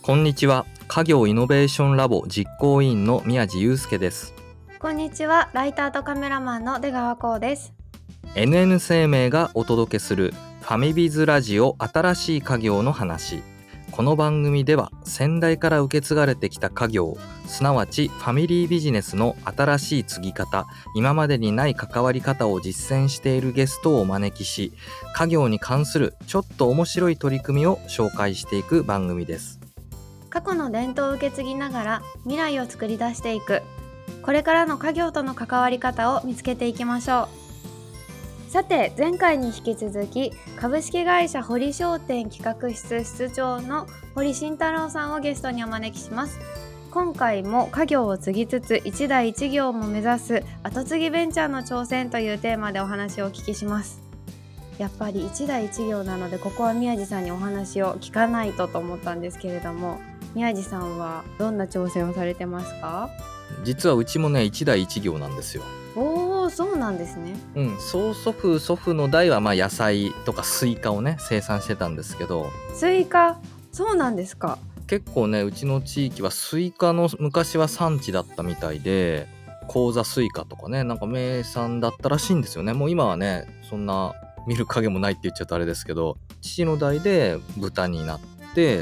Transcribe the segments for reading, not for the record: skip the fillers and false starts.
こんにちは。家業イノベーションラボ実行委員の宮地祐介です。 こんにちは。ライターとカメラマンの出川光です。 NN 生命がお届けするファミビズラジオ新しい家業の話。この番組では先代から受け継がれてきた家業、すなわちファミリービジネスの新しい継ぎ方、今までにない関わり方を実践しているゲストをお招きし、家業に関するちょっと面白い取り組みを紹介していく番組です。 過去の伝統を受け継ぎながら未来を作り出していく、これからの家業との関わり方を見つけていきましょう。さて、前回に引き続き株式会社堀商店企画室室長の堀慎太郎さんをゲストにお招きします。今回も家業を継ぎつつ一代一業も目指す後継ぎベンチャーの挑戦というテーマでお話をお聞きします。やっぱり一代一業なので、ここは宮地さんにお話を聞かないと思ったんですけれども、宮地さんはどんな挑戦をされてますか？ 実はうちもね、一代一業なんですよ。 おー、そうなんですね。 曽祖父祖父の代は野菜とかスイカをね生産してたんですけど、 スイカ、そうなんですか。 結構ねうちの地域はスイカの昔は産地だったみたいで、講座スイカとかね名産だったらしいんですよね。もう今はねそんな見る影もないって言っちゃうとあれですけど、父の代で豚になって、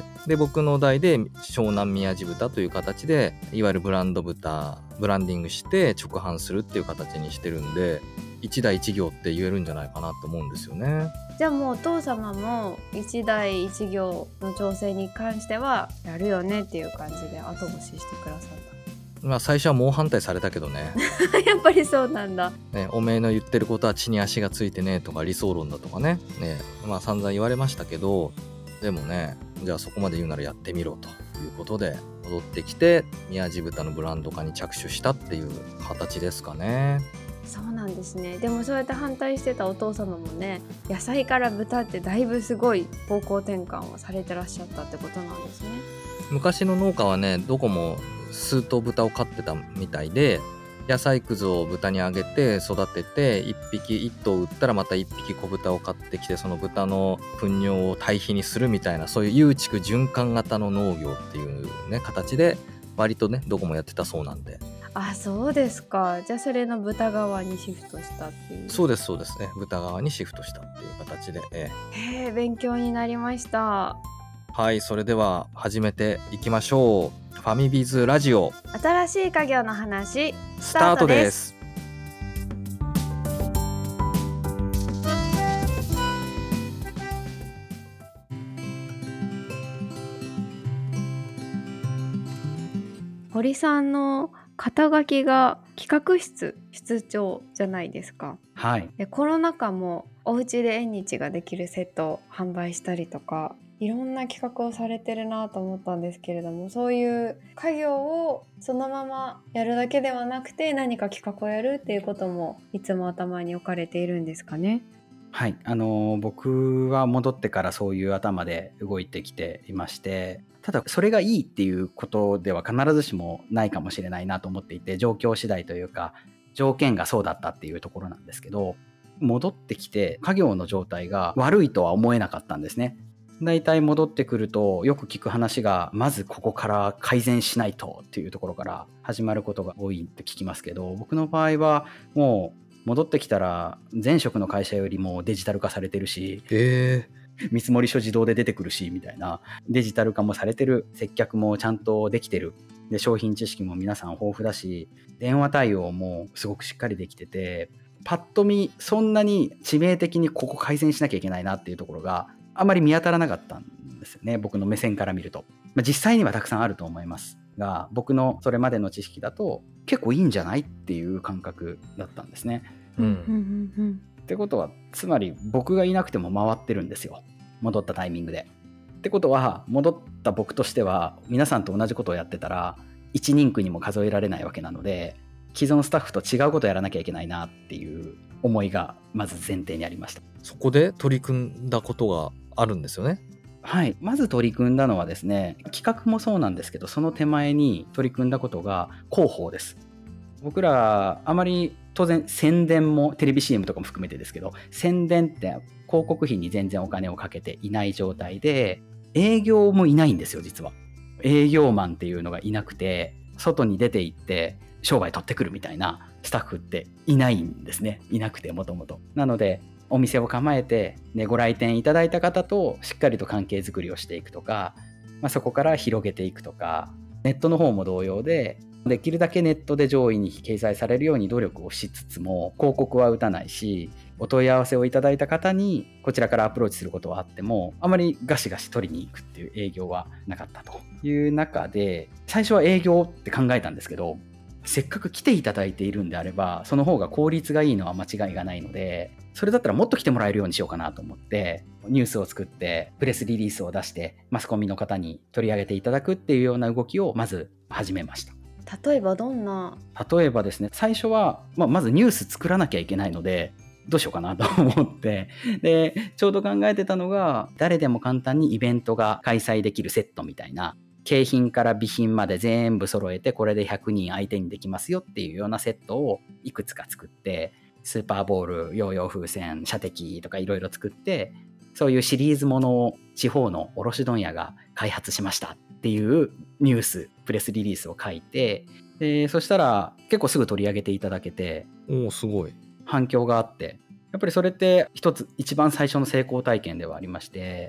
で僕の代で湘南宮地豚という形で、いわゆるブランド豚ブランディングして直販するっていう形にしてるんで、一代一業って言えるんじゃないかなと思うんですよね。 じゃあもうお父様も一代一業の挑戦に関してはやるよねっていう感じで後押ししてくださっ最初は猛反対されたけどねたやっぱりそうなんだ。 おめえの言ってることは地に足がついてねとか理想論だとかね、散々言われましたけど、でもね、じゃあそこまで言うならやってみろということで戻ってきて、宮地豚のブランド化に着手したっていう形ですかね。 そうなんですね。でもそうやって反対してたお父様もね、野菜から豚ってだいぶすごい方向転換をされてらっしゃったってことなんですね。 昔の農家はね、どこも数頭豚を飼ってたみたいで、野菜くずを豚にあげて育てて、1頭売ったらまた1匹子豚を買ってきて、その豚の糞尿を堆肥にするみたいな、そういう有畜循環型の農業っていうね形で割とねどこもやってたそうなんで。 あ、そうですか。じゃあそれの豚側にシフトしたっていう。 そうですね、豚側にシフトしたっていう形で、 勉強になりました。 はい、それでは始めていきましょう。ファミビズラジオ新しい家業の話スタートです。 堀さんの肩書きが企画室室長じゃないですか。 はい。 で、コロナ禍もお家で縁日ができるセットを販売したりとか、いろんな企画をされてるなと思ったんですけれども、そういう家業をそのままやるだけではなくて、何か企画をやるっていうこともいつも頭に置かれているんですかね。 はい。僕は戻ってからそういう頭で動いてきていまして、ただそれがいいっていうことでは必ずしもないかもしれないなと思っていて、状況次第というか条件がそうだったっていうところなんですけど、戻ってきて家業の状態が悪いとは思えなかったんですね。だいたい戻ってくるとよく聞く話が、まずここから改善しないとっていうところから始まることが多いって聞きますけど、僕の場合はもう戻ってきたら前職の会社よりもデジタル化されてるし、見積書自動で出てくるしみたいな、デジタル化もされてる、接客もちゃんとできてる、で商品知識も皆さん豊富だし、電話対応もすごくしっかりできてて、パッと見そんなに致命的にここ改善しなきゃいけないなっていうところがあまり見当たらなかったんですよね、僕の目線から見ると。実際にはたくさんあると思いますが、僕のそれまでの知識だと結構いいんじゃないっていう感覚だったんですね。ってことはつまり僕がいなくても回ってるんですよ、戻ったタイミングで。ってことは戻った僕としては皆さんと同じことをやってたら一人区にも数えられないわけなので、既存スタッフと違うことをやらなきゃいけないなっていう思いがまず前提にありました。 そこで取り組んだことがあるんですよね。 はい、まず取り組んだのはですね、企画もそうなんですけど、その手前に取り組んだことが広報です。僕らあまり当然宣伝もテレビ CM とかも含めてですけど、宣伝って広告費に全然お金をかけていない状態で、営業もいないんですよ実は。 営業マンっていうのがいなくて、外に出て行って商売取ってくるみたいなスタッフっていないんですね。いなくて、もともと。なのでお店を構えて、ね、ご来店いただいた方としっかりと関係づくりをしていくとか、そこから広げていくとか、ネットの方も同様で、できるだけネットで上位に掲載されるように努力をしつつも、広告は打たないし、お問い合わせをいただいた方にこちらからアプローチすることはあっても、あまりガシガシ取りに行くっていう営業はなかったという中で、最初は営業って考えたんですけど、せっかく来ていただいているんであれば、その方が効率がいいのは間違いがないので、それだったらもっと来てもらえるようにしようかなと思って、ニュースを作ってプレスリリースを出してマスコミの方に取り上げていただくっていうような動きをまず始めました。 例えばどんな？ 例えばですね、最初は、まずニュース作らなきゃいけないので、どうしようかなと思って、でちょうど考えてたのが、誰でも簡単にイベントが開催できるセットみたいな、景品から備品まで全部揃えて、これで100人相手にできますよっていうようなセットをいくつか作って、スーパーボール、ヨーヨー風船、射的とかいろいろ作って、そういうシリーズものを地方の卸問屋が開発しましたっていうニュース、プレスリリースを書いて、でそしたら結構すぐ取り上げていただけて、 おお、すごい。 反響があって、やっぱりそれって一番最初の成功体験ではありまして、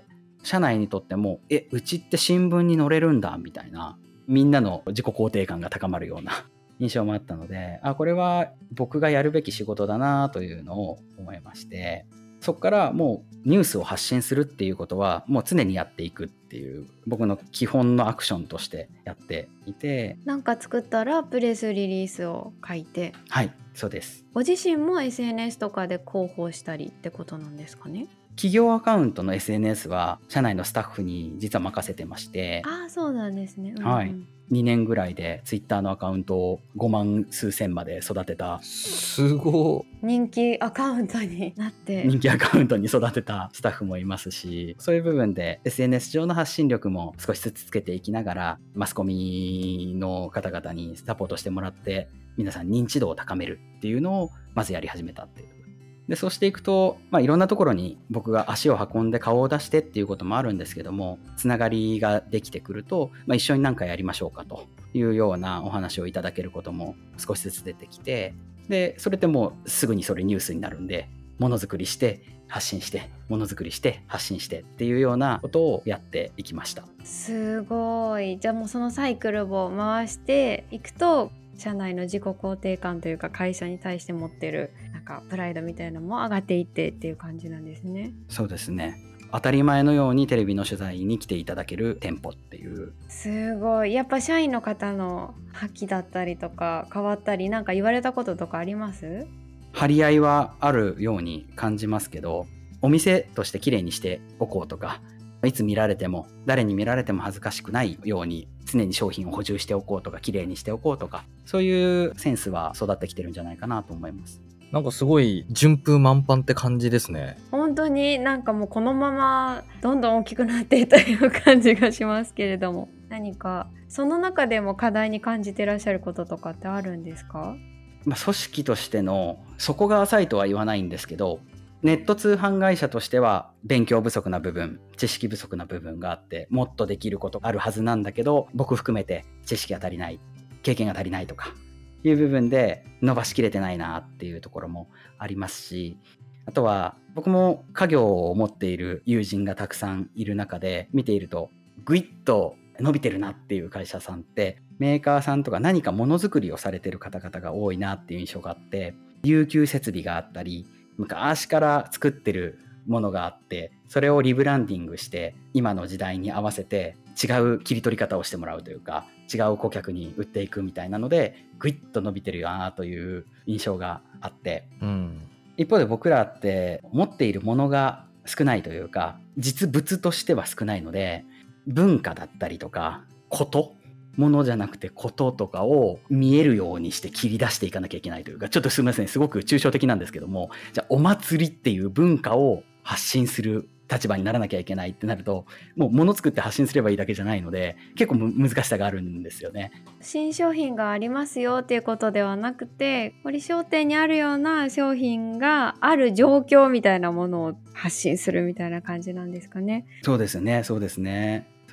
社内にとってもうちって新聞に載れるんだみたいな、みんなの自己肯定感が高まるような印象もあったので、これは僕がやるべき仕事だなというのを思いまして、そこからもうニュースを発信するっていうことはもう常にやっていくっていう僕の基本のアクションとしてやっていて。 なんか作ったらプレスリリースを書いて。 はい、そうです。 ご自身も SNS とかで広報したりってことなんですかね？ 企業アカウントの SNS は社内のスタッフに実は任せてまして、 そうなんですね。 はい、2年ぐらいでツイッターのアカウントを5万数千まで育てた、 すごい。 人気アカウントになって、 人気アカウントに育てたスタッフもいますし、そういう部分で SNS 上の発信力も少しずつつけていきながら、マスコミの方々にサポートしてもらって、皆さん認知度を高めるっていうのをまずやり始めたっていう。でそうしていくと、いろんなところに僕が足を運んで顔を出してっていうこともあるんですけども、つながりができてくると、一緒に何かやりましょうかというようなお話をいただけることも少しずつ出てきて、でそれってもうすぐにそれニュースになるんで、ものづくりして発信して、ものづくりして発信してっていうようなことをやっていきました。 すごい。じゃあもうそのサイクルを回していくと、社内の自己肯定感というか、会社に対して持ってるなんかプライドみたいなのも上がっていってっていう感じなんですね。 そうですね。当たり前のようにテレビの取材に来ていただける店舗っていう。 すごい。やっぱ社員の方の覇気だったりとか変わったり、なんか言われたこととかあります？ 張り合いはあるように感じますけど、お店として綺麗にしておこうとか、いつ見られても誰に見られても恥ずかしくないように常に商品を補充しておこうとか、綺麗にしておこうとか、そういうセンスは育ってきてるんじゃないかなと思います。 なんかすごい順風満帆って感じですね。 本当になんかもうこのままどんどん大きくなっていったような感じがしますけれども、何かその中でも課題に感じてらっしゃることとかってあるんですか？ 組織としての底が浅いとは言わないんですけど、ネット通販会社としては勉強不足な部分、知識不足な部分があって、もっとできることあるはずなんだけど、僕含めて知識が足りない、経験が足りないとかいう部分で伸ばしきれてないなっていうところもありますし、あとは僕も家業を持っている友人がたくさんいる中で見ていると、ぐいっと伸びてるなっていう会社さんって、メーカーさんとか何かものづくりをされてる方々が多いなっていう印象があって、有給設備があったり、昔から作ってるものがあって、それをリブランディングして今の時代に合わせて違う切り取り方をしてもらうというか、違う顧客に売っていくみたいなのでぐいっと伸びてるよなという印象があって、一方で僕らって持っているものが少ないというか、実物としては少ないので、文化だったりとかものじゃなくてこととかを見えるようにして切り出していかなきゃいけないというか、ちょっとすみません、すごく抽象的なんですけども、じゃあお祭りっていう文化を発信する立場にならなきゃいけないってなると、もう物作って発信すればいいだけじゃないので、結構難しさがあるんですよね。 新商品がありますよっていうことではなくて、森商店にあるような商品がある状況みたいなものを発信するみたいな感じなんですかね。 そうですね、そうですね。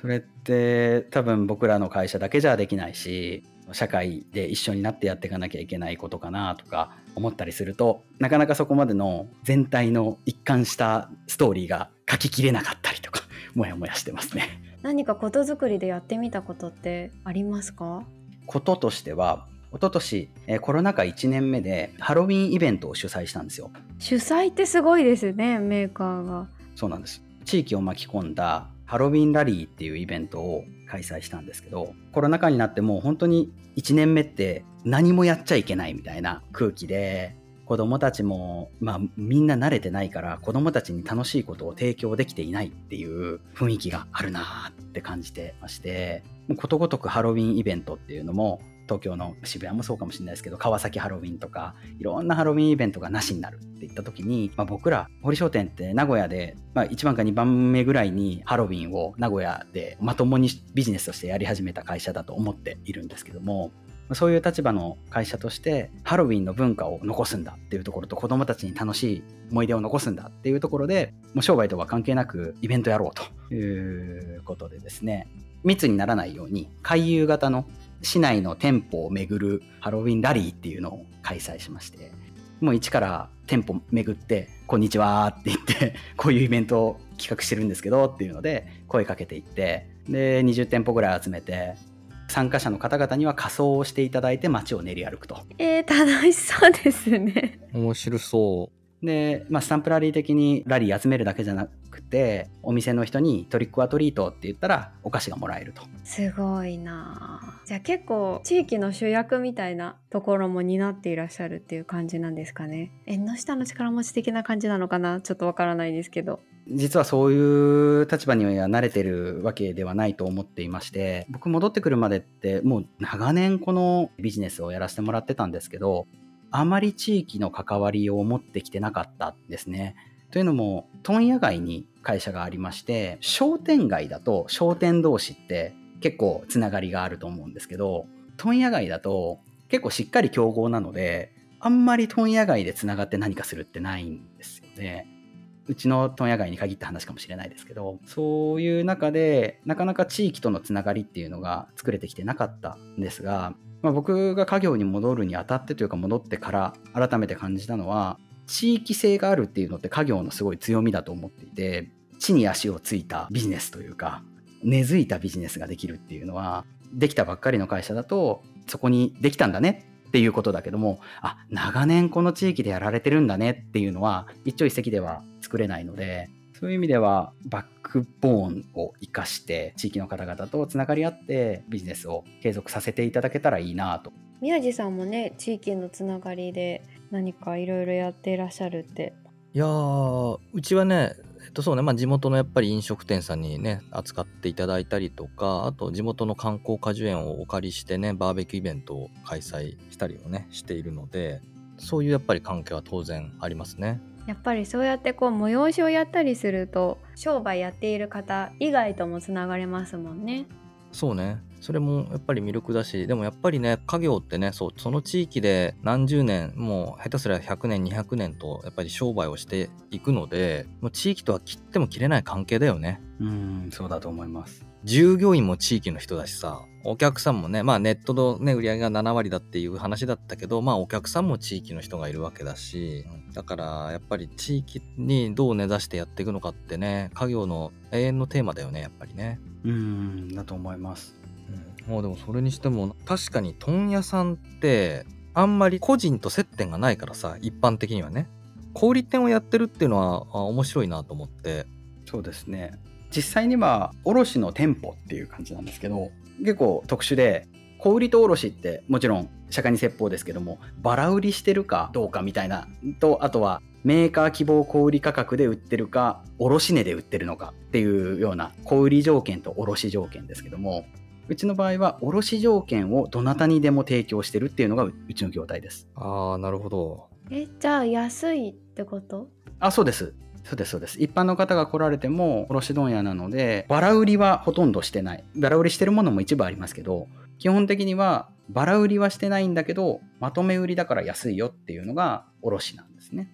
それって多分僕らの会社だけじゃできないし、社会で一緒になってやっていかなきゃいけないことかなとか思ったりすると、なかなかそこまでの全体の一貫したストーリーが書ききれなかったりとかもやもやしてますね。 何かことづくりでやってみたことってありますか？ こととしては、一昨年コロナ禍1年目でハロウィンイベントを主催したんですよ。 主催ってすごいですね、メーカーが。 そうなんです。地域を巻き込んだハロウィンラリーっていうイベントを開催したんですけど、コロナ禍になってもう本当に1年目って何もやっちゃいけないみたいな空気で、子どもたちもみんな慣れてないから子どもたちに楽しいことを提供できていないっていう雰囲気があるなって感じてまして、もうことごとくハロウィンイベントっていうのも東京の渋谷もそうかもしれないですけど、川崎ハロウィンとかいろんなハロウィンイベントがなしになるっていった時に、僕ら堀商店って名古屋で、1番か2番目ぐらいにハロウィンを名古屋でまともにビジネスとしてやり始めた会社だと思っているんですけども、そういう立場の会社としてハロウィンの文化を残すんだっていうところと、子どもたちに楽しい思い出を残すんだっていうところで、もう商売とは関係なくイベントやろうということでですね、密にならないように回遊型の市内の店舗を巡るハロウィンラリーっていうのを開催しまして、もう一から店舗巡ってこんにちはって言ってこういうイベントを企画してるんですけどっていうので声かけていって、で20店舗ぐらい集めて参加者の方々には仮装をしていただいて街を練り歩くと。 楽しそうですね。 面白そう。 で、スタンプラリー的にラリー集めるだけじゃなくて、お店の人にトリックアトリートって言ったらお菓子がもらえると。 すごいな。じゃあ結構地域の主役みたいなところも担っていらっしゃるっていう感じなんですかね。縁の下の力持ち的な感じなのかな、ちょっとわからないですけど。 実はそういう立場には慣れてるわけではないと思っていまして、僕戻ってくるまでってもう長年このビジネスをやらせてもらってたんですけど、あまり地域の関わりを持ってきてなかったんですね。というのも問屋街に会社がありまして、商店街だと商店同士って結構つながりがあると思うんですけど、問屋街だと結構しっかり競合なので、あんまり問屋街でつながって何かするってないんですよね。うちの問屋街に限った話かもしれないですけど、そういう中でなかなか地域とのつながりっていうのが作れてきてなかったんですが、僕が家業に戻るにあたってというか戻ってから改めて感じたのは、地域性があるっていうのって家業のすごい強みだと思っていて、地に足をついたビジネスというか根付いたビジネスができるっていうのは、できたばっかりの会社だとそこにできたんだねっていうことだけども、長年この地域でやられてるんだねっていうのは一朝一夕では作れないので、そういう意味ではバックボーンを生かして地域の方々とつながり合ってビジネスを継続させていただけたらいいなと。 宮地さんもね、地域のつながりで何かいろいろやっていらっしゃるって。 いやー、うちはね、そうね、地元のやっぱり飲食店さんにね扱っていただいたりとか、あと地元の観光果樹園をお借りしてねバーベキューイベントを開催したりをねしているので、そういうやっぱり関係は当然ありますね。 やっぱりそうやってこう催しをやったりすると商売やっている方以外ともつながれますもんね。 そうね、それもやっぱり魅力だし、でもやっぱりね家業ってね、その地域で何十年、もう下手すりゃ100年200年とやっぱり商売をしていくので、もう地域とは切っても切れない関係だよね。 そうだと思います。 従業員も地域の人だしさ、お客さんもね、ネットのね売り上げが7割だっていう話だったけど、お客さんも地域の人がいるわけだし、だからやっぱり地域にどう根ざしてやっていくのかってね、家業の永遠のテーマだよね、やっぱりね。 だと思います。 もうでもそれにしても確かに問屋さんってあんまり個人と接点がないからさ、一般的にはね小売店をやってるっていうのは面白いなと思って。 そうですね、実際には卸の店舗っていう感じなんですけど、結構特殊で、小売と卸ってもちろん釈迦に説法ですけども、バラ売りしてるかどうかみたいなと、あとはメーカー希望小売価格で売ってるか卸値で売ってるのかっていうような小売条件と卸条件ですけども、うちの場合は卸条件をどなたにでも提供してるっていうのがうちの業態です。 なるほど。 じゃあ安いってこと？ そうです。一般の方が来られても卸問屋なので、バラ売りはほとんどしてない。バラ売りしてるものも一部ありますけど、基本的にはバラ売りはしてないんだけど、まとめ売りだから安いよっていうのが卸なんですね。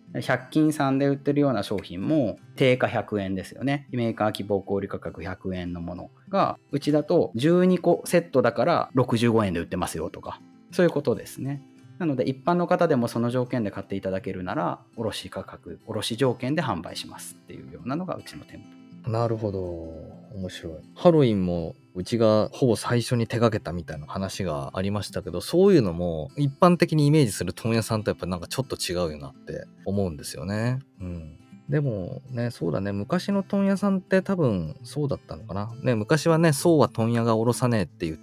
100均さんで売ってるような商品も定価100円ですよね。メーカー希望小売価格100円のものがうちだと12個セットだから65円で売ってますよとか、そういうことですね。なので一般の方でもその条件で買っていただけるなら卸価格、卸条件で販売しますっていうようなのがうちの店舗。 なるほど、面白い。ハロウィンもうちがほぼ最初に手掛けたみたいな話がありましたけど、そういうのも一般的にイメージする問屋さんとやっぱなんかちょっと違うよなって思うんですよね。でもね、そうだね、昔の問屋さんって多分そうだったのかな。ね、昔はね、そうは問屋が卸さねえって言って、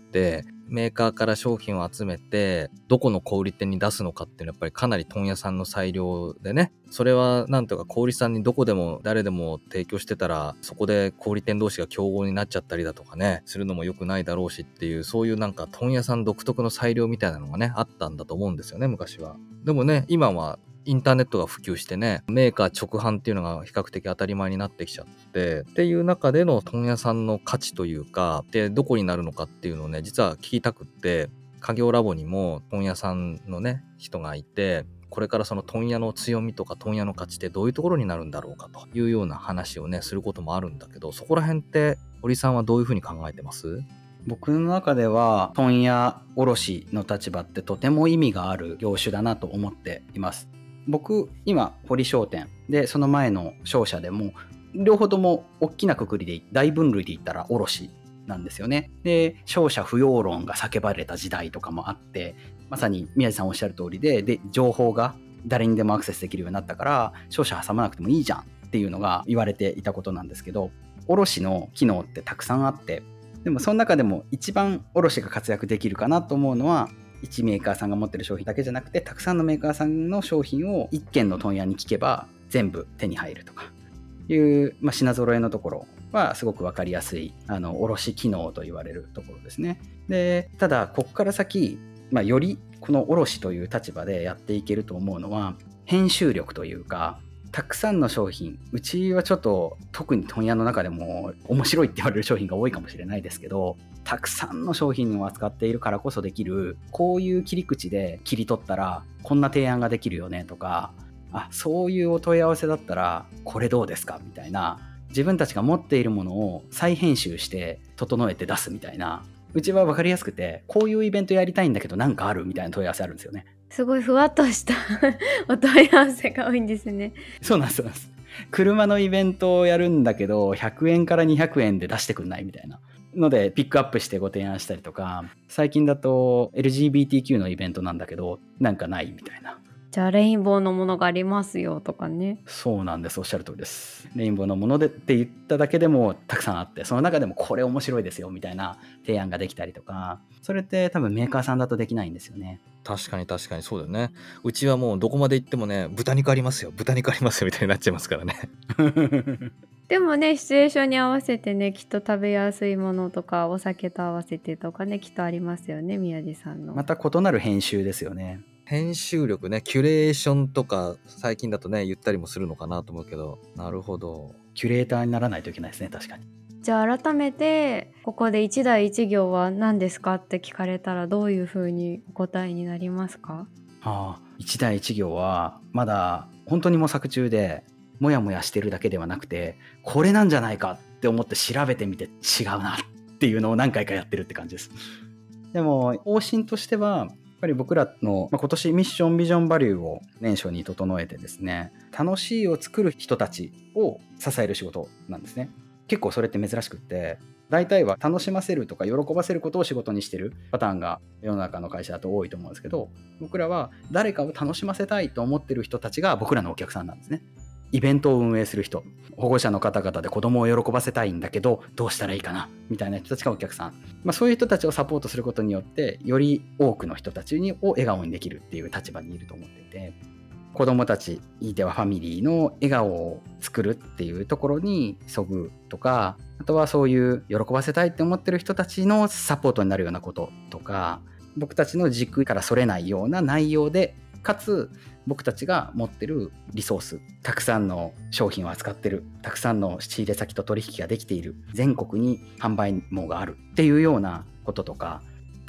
メーカーから商品を集めて、どこの小売店に出すのかっていうのはやっぱりかなり問屋さんの裁量でね、それはなんとか小売さんにどこでも誰でも提供してたら、そこで小売店同士が競合になっちゃったりだとかね、するのも良くないだろうしっていう、そういうなんか問屋さん独特の裁量みたいなのがね、あったんだと思うんですよね、昔は。でもね、今はインターネットが普及してね、メーカー直販っていうのが比較的当たり前になってきちゃってっていう中での問屋さんの価値というかでどこになるのかっていうのをね、実は聞きたくって、家業ラボにも問屋さんのね人がいて、これからその問屋の強みとか問屋の価値ってどういうところになるんだろうかというような話をねすることもあるんだけど、そこら辺って堀さんはどういうふうに考えてます？ 僕の中では問屋卸の立場ってとても意味がある業種だなと思っています。僕今堀商店で、その前の商社でも両方とも大きな括りで大分類で言ったら卸なんですよね。で、商社不要論が叫ばれた時代とかもあって、まさに宮地さんおっしゃる通りで情報が誰にでもアクセスできるようになったから商社挟まなくてもいいじゃんっていうのが言われていたことなんですけど、卸の機能ってたくさんあって、でもその中でも一番卸が活躍できるかなと思うのは、1メーカーさんが持ってる商品だけじゃなくて、たくさんのメーカーさんの商品を1軒の問屋に聞けば全部手に入るとかいう、品揃えのところはすごく分かりやすい卸機能と言われるところですね。で、ただここから先、よりこの卸という立場でやっていけると思うのは編集力というか、たくさんの商品、うちはちょっと特に問屋の中でも面白いって言われる商品が多いかもしれないですけど、たくさんの商品を扱っているからこそできる、こういう切り口で切り取ったらこんな提案ができるよねとか、そういうお問い合わせだったらこれどうですかみたいな、自分たちが持っているものを再編集して整えて出すみたいな、うちは分かりやすくて、こういうイベントやりたいんだけどなんかあるみたいな問い合わせあるんですよね。 すごいふわっとしたお問い合わせが多いんですね。 そうなんです。車のイベントをやるんだけど100円から200円で出してくんないみたいなのでピックアップしてご提案したりとか、最近だと LGBTQ のイベントなんだけどなんかないみたいな。 じゃあレインボーのものがありますよとかね。 そうなんです、おっしゃる通りです。レインボーのものでって言っただけでもたくさんあって、その中でもこれ面白いですよみたいな提案ができたりとか、それって多分メーカーさんだとできないんですよね。 確かにそうだよね。うちはもうどこまで行ってもね、豚肉ありますよみたいになっちゃいますからね。 でもね、シチュエーションに合わせてね、きっと食べやすいものとかお酒と合わせてとかね、きっとありますよね、宮地さんの。 また異なる編集ですよね。 編集力ね、キュレーションとか最近だとね言ったりもするのかなと思うけど、なるほど。 キュレーターにならないといけないですね、確かに。 じゃあ改めてここで一題一行は何ですかって聞かれたらどういうふうにお答えになりますか？ 一題一行はまだ本当に模索中で、もやもやしてるだけではなくて、これなんじゃないかって思って調べてみて違うなっていうのを何回かやってるって感じです。でも方針としてはやっぱり僕らの、今年ミッションビジョンバリューを年初に整えてですね、楽しいを作る人たちを支える仕事なんですね。結構それって珍しくって、大体は楽しませるとか喜ばせることを仕事にしてるパターンが世の中の会社だと多いと思うんですけど、僕らは誰かを楽しませたいと思ってる人たちが僕らのお客さんなんですね。イベントを運営する人、保護者の方々で子供を喜ばせたいんだけどどうしたらいいかなみたいな人たちがお客さん、そういう人たちをサポートすることによってより多くの人たちを笑顔にできるっていう立場にいると思っていて、子供たちではファミリーの笑顔を作るっていうところにそぐとか、あとはそういう喜ばせたいって思ってる人たちのサポートになるようなこととか、僕たちの軸からそれないような内容で、かつ僕たちが持ってるリソース、たくさんの商品を扱ってる、たくさんの仕入れ先と取引ができている、全国に販売網があるっていうようなこととか、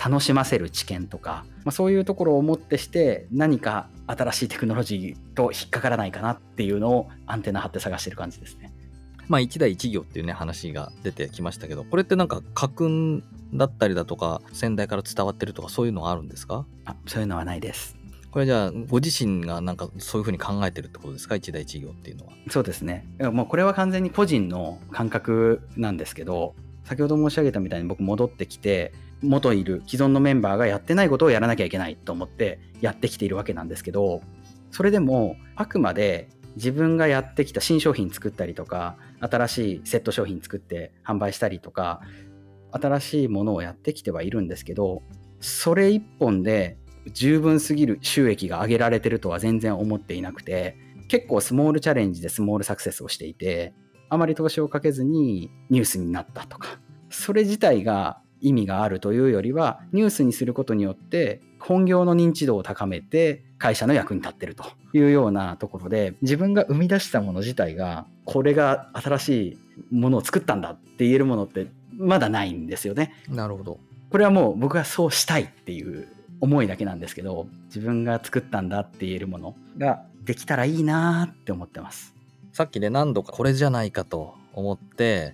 楽しませる知見とか、そういうところをもってして何か新しいテクノロジーと引っかからないかなっていうのをアンテナ張って探してる感じですね。 一代一業っていうね話が出てきましたけど、これってなんか家訓だったりだとか先代から伝わってるとかそういうのはあるんですか？ そういうのはないです。 これじゃあご自身がなんかそういうふうに考えてるってことですか？一代一業っていうのは。 そうですね。もうこれは完全に個人の感覚なんですけど、先ほど申し上げたみたいに僕戻ってきて、元いる既存のメンバーがやってないことをやらなきゃいけないと思ってやってきているわけなんですけど、それでもあくまで自分がやってきた新商品作ったりとか、新しいセット商品作って販売したりとか、新しいものをやってきてはいるんですけど、それ一本で十分すぎる収益が上げられてるとは全然思っていなくて、結構スモールチャレンジでスモールサクセスをしていて、あまり投資をかけずにニュースになったとか、それ自体が意味があるというよりは、ニュースにすることによって本業の認知度を高めて会社の役に立ってるというようなところで、自分が生み出したもの自体がこれが新しいものを作ったんだって言えるものってまだないんですよね。 なるほど。 これはもう僕はそうしたいっていう思いだけなんですけど、自分が作ったんだって言えるものができたらいいなって思ってます。 さっきね何度かこれじゃないかと思って、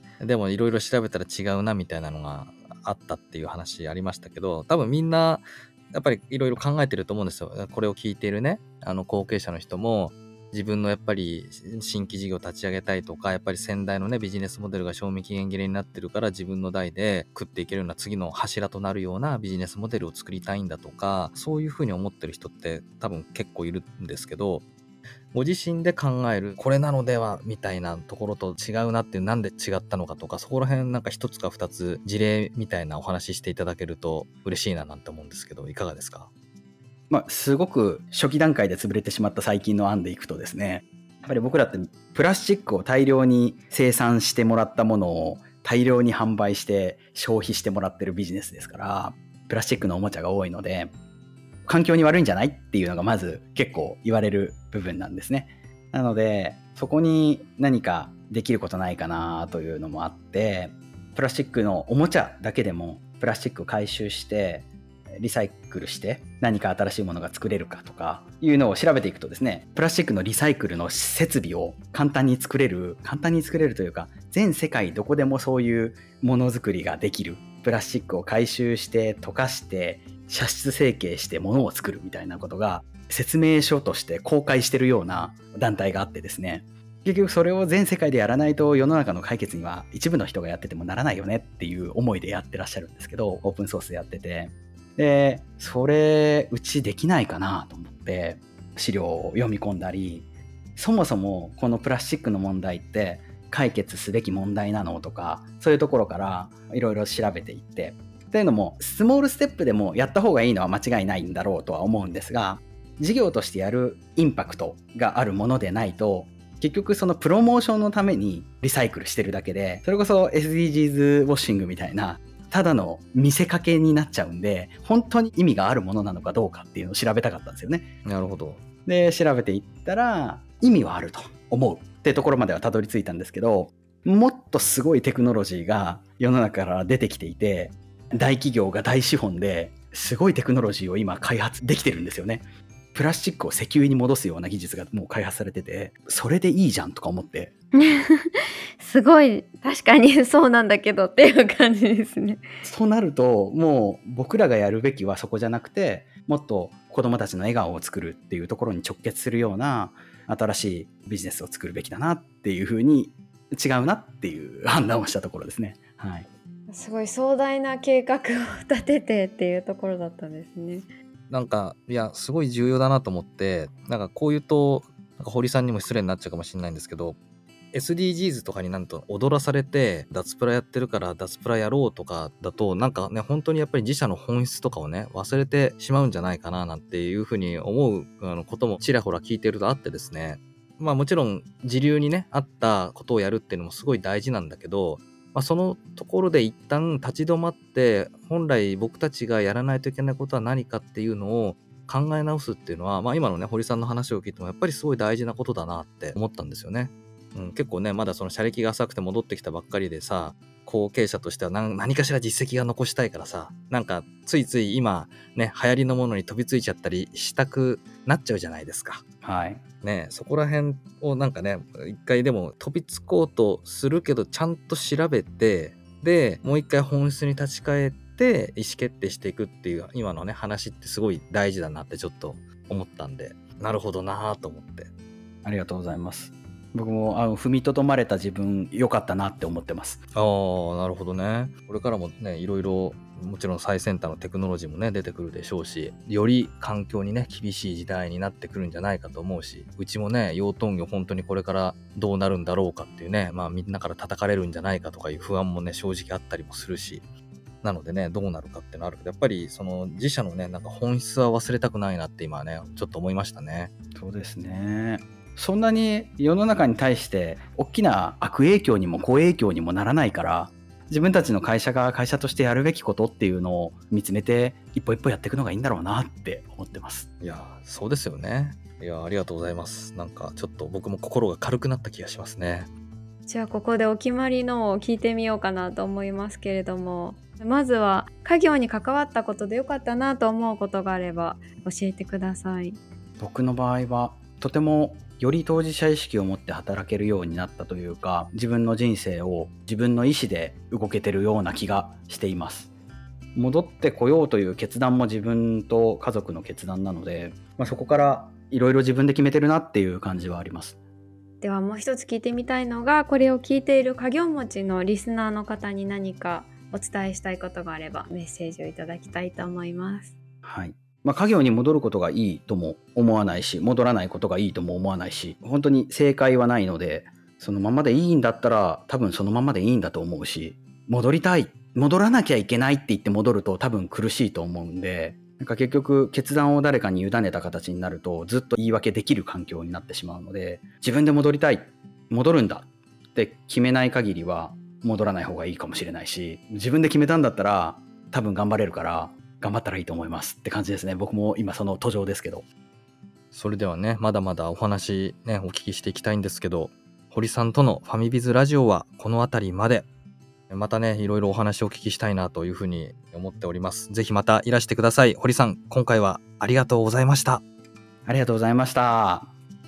でもいろいろ調べたら違うなみたいなのがあったっていう話ありましたけど、多分みんなやっぱりいろいろ考えてると思うんですよ。これを聞いているね後継者の人も、自分のやっぱり新規事業を立ち上げたいとか、やっぱり先代のねビジネスモデルが賞味期限切れになってるから自分の代で食っていけるような次の柱となるようなビジネスモデルを作りたいんだとか、そういうふうに思ってる人って多分結構いるんですけど、ご自身で考えるこれなのではみたいなところと違うなっていう、なんで違ったのかとか、そこら辺なんか一つか二つ事例みたいなお話ししていただけると嬉しいななんて思うんですけど、いかがですか？ すごく初期段階で潰れてしまった最近の案でいくとですね、やっぱり僕らってプラスチックを大量に生産してもらったものを大量に販売して消費してもらってるビジネスですから、プラスチックのおもちゃが多いので環境に悪いんじゃないっていうのがまず結構言われる部分なんですね。なのでそこに何かできることないかなというのもあって、プラスチックのおもちゃだけでもプラスチックを回収してリサイクルして何か新しいものが作れるかとかいうのを調べていくとですね、プラスチックのリサイクルの設備を簡単に作れるというか、全世界どこでもそういうものづくりができる、プラスチックを回収して溶かして射出成形してものを作るみたいなことが説明書として公開してるような団体があってですね、結局それを全世界でやらないと世の中の解決には一部の人がやっててもならないよねっていう思いでやってらっしゃるんですけど、オープンソースでやってて、でそれうちできないかなと思って資料を読み込んだり、そもそもこのプラスチックの問題って解決すべき問題なのとか、そういうところからいろいろ調べていって、というのもスモールステップでもやった方がいいのは間違いないんだろうとは思うんですが、事業としてやるインパクトがあるものでないと、結局そのプロモーションのためにリサイクルしてるだけで、それこそ SDGs ウォッシングみたいなただの見せかけになっちゃうんで、本当に意味があるものなのかどうかっていうのを調べたかったんですよね。 なるほど。 で調べていったら意味はあると思うってところまではたどり着いたんですけど、もっとすごいテクノロジーが世の中から出てきていて、大企業が大資本ですごいテクノロジーを今開発できてるんですよね。プラスチックを石油に戻すような技術がもう開発されてて、それでいいじゃんとか思ってすごい、確かにそうなんだけどっていう感じですね。 そうなるともう僕らがやるべきはそこじゃなくて、もっと子どもたちの笑顔を作るっていうところに直結するような新しいビジネスを作るべきだなっていうふうに、違うなっていう判断をしたところですね。はい、 すごい壮大な計画を立ててっていうところだったんですね。 なんかいやすごい重要だなと思って、なんかこういうとなんか堀さんにも失礼になっちゃうかもしれないんですけど、 SDGs とかになんと踊らされて脱プラやってるから脱プラやろうとかだと、なんかね本当にやっぱり自社の本質とかをね忘れてしまうんじゃないかななんていうふうに思うこともちらほら聞いてるとあってですね、もちろん時流にね合ったことをやるっていうのもすごい大事なんだけど、そのところで一旦立ち止まって、本来僕たちがやらないといけないことは何かっていうのを考え直すっていうのは、今のね堀さんの話を聞いてもやっぱりすごい大事なことだなって思ったんですよね。 結構ねまだその車歴が浅くて戻ってきたばっかりでさ、後継者としては何かしら実績が残したいからさ、なんかついつい今ね流行りのものに飛びついちゃったりしたくなっちゃうじゃないですか。 はいね、そこら辺をなんかね一回でも飛びつこうとするけどちゃんと調べて、でもう一回本質に立ち返って意思決定していくっていう今のね話ってすごい大事だなってちょっと思ったんで、なるほどなと思って。 ありがとうございます。僕も踏みとどまれた自分良かったなって思ってます。 ああ、なるほどね。これからもねいろいろもちろん最先端のテクノロジーもね出てくるでしょうし、より環境にね厳しい時代になってくるんじゃないかと思うし、うちもね養豚業本当にこれからどうなるんだろうかっていうね、みんなから叩かれるんじゃないかとかいう不安もね正直あったりもするし、なのでねどうなるかってのあるけど、やっぱりその自社のねなんか本質は忘れたくないなって今ねちょっと思いましたね。 そうですね。そんなに世の中に対して大きな悪影響にも好影響にもならないから、自分たちの会社が会社としてやるべきことっていうのを見つめて一歩一歩やっていくのがいいんだろうなって思ってます。 いやそうですよね。いやありがとうございます。なんかちょっと僕も心が軽くなった気がしますね。 じゃあここでお決まりのを聞いてみようかなと思いますけれども、まずは家業に関わったことで良かったなと思うことがあれば教えてください。 僕の場合はとてもより当事者意識を持って働けるようになったというか、自分の人生を自分の意思で動けてるような気がしています。戻ってこようという決断も自分と家族の決断なので、そこからいろいろ自分で決めてるなっていう感じはあります。 ではもう一つ聞いてみたいのが、これを聞いている家業持ちのリスナーの方に何かお伝えしたいことがあればメッセージをいただきたいと思います。 はい。家業に戻ることがいいとも思わないし、戻らないことがいいとも思わないし、本当に正解はないので、そのままでいいんだったら多分そのままでいいんだと思うし、戻りたい、戻らなきゃいけないって言って戻ると多分苦しいと思うんで、結局決断を誰かに委ねた形になるとずっと言い訳できる環境になってしまうので、自分で戻りたい、戻るんだって決めない限りは戻らない方がいいかもしれないし、自分で決めたんだったら多分頑張れるから頑張ったらいいと思いますって感じですね。僕も今その途上ですけど。 それではねまだまだお話ねお聞きしていきたいんですけど、堀さんとのファミビズラジオはこの辺りまで。またねいろいろお話をお聞きしたいなというふうに思っております。ぜひまたいらしてください。堀さん今回はありがとうございました。 ありがとうございました。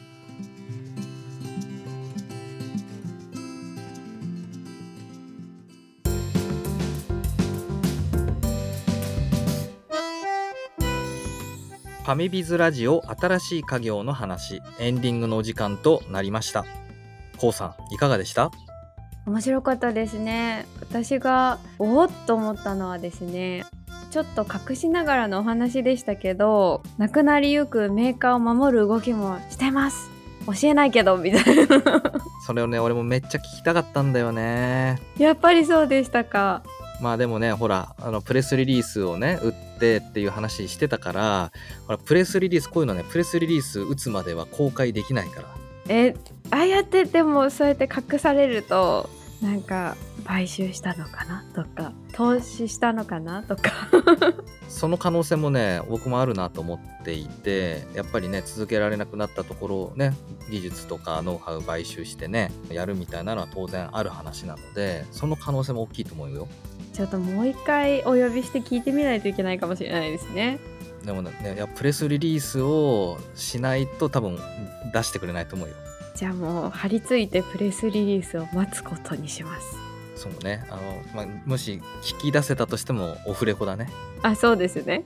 ファミビズラジオ新しい家業の話、エンディングのお時間となりました。こうさんいかがでした？ 面白かったですね。私がおっと思ったのはですね、ちょっと隠しながらのお話でしたけど、なくなりゆくメーカーを守る動きもしてます、教えないけどみたいなそれをね俺もめっちゃ聞きたかったんだよね。 やっぱりそうでしたか。 でもねほらプレスリリースをね打ってっていう話してたから、ほらプレスリリースこういうのねプレスリリース打つまでは公開できないから。 ああやってでもそうやって隠されるとなんか買収したのかなとか投資したのかなとかその可能性もね僕もあるなと思っていて、やっぱりね続けられなくなったところをね技術とかノウハウ買収してねやるみたいなのは当然ある話なので、その可能性も大きいと思うよ。 ちょっともう一回お呼びして聞いてみないといけないかもしれないですね。 でもねプレスリリースをしないと多分出してくれないと思うよ。 じゃあもう張り付いてプレスリリースを待つことにします。 そうねもし聞き出せたとしてもオフレコだね。 あ、そうですね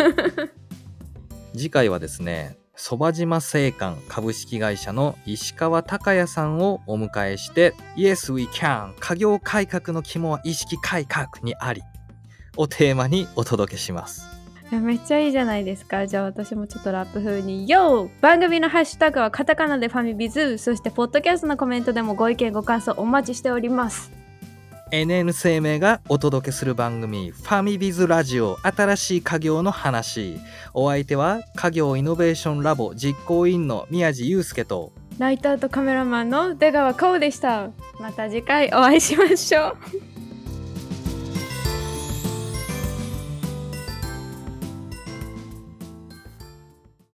次回はですねそば島製缶株式会社の石川隆也さんをお迎えして Yes we can 家業改革の肝は意識改革にありをテーマにお届けします。 めっちゃいいじゃないですか。じゃあ私もちょっとラップ風に番組のハッシュタグはカタカナでファミビズ、そしてポッドキャストのコメントでもご意見ご感想お待ちしております。 NN 生命がお届けする番組ファミビズラジオ新しい家業の話、お相手は家業イノベーションラボ実行委員の宮地祐介とライターとカメラマンの出川こうでした。また次回お会いしましょう